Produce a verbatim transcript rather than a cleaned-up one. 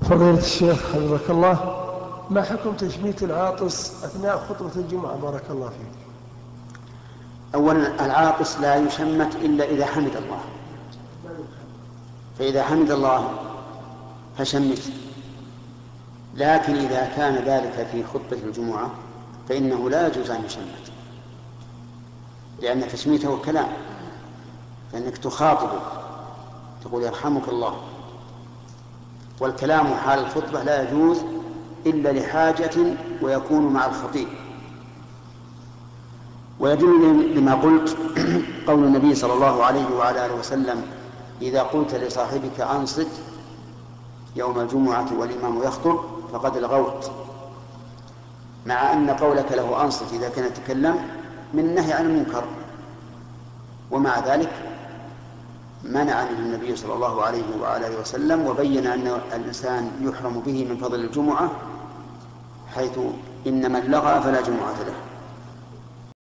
فضيلة الشيخ حفظك الله، ما حكم تشميت العاطس أثناء خطبة الجمعة بارك الله فيك؟ أولا العاطس لا يشمت إلا إذا حمد الله، فإذا حمد الله فشمت، لكن إذا كان ذلك في خطبة الجمعة فإنه لا يجوز أن يشمت، لأن تشميته كلام، فإنك تخاطبه تقول يرحمك الله، والكلام حال الخطبة لا يجوز إلا لحاجة ويكون مع الخطيب. ويدل لما قلت قول النبي صلى الله عليه وعلى آله وسلم: إذا قلت لصاحبك أنصت يوم الجمعة والإمام يخطب فقد لغوت، مع أن قولك له أنصت إذا كان يتكلم من النهي عن المنكر، ومع ذلك منع منه النبي صلى الله عليه وعلى آله وسلم، وبين أن الإنسان يحرم به من فضل الجمعة، حيث إن من لغى فلا جمعة له.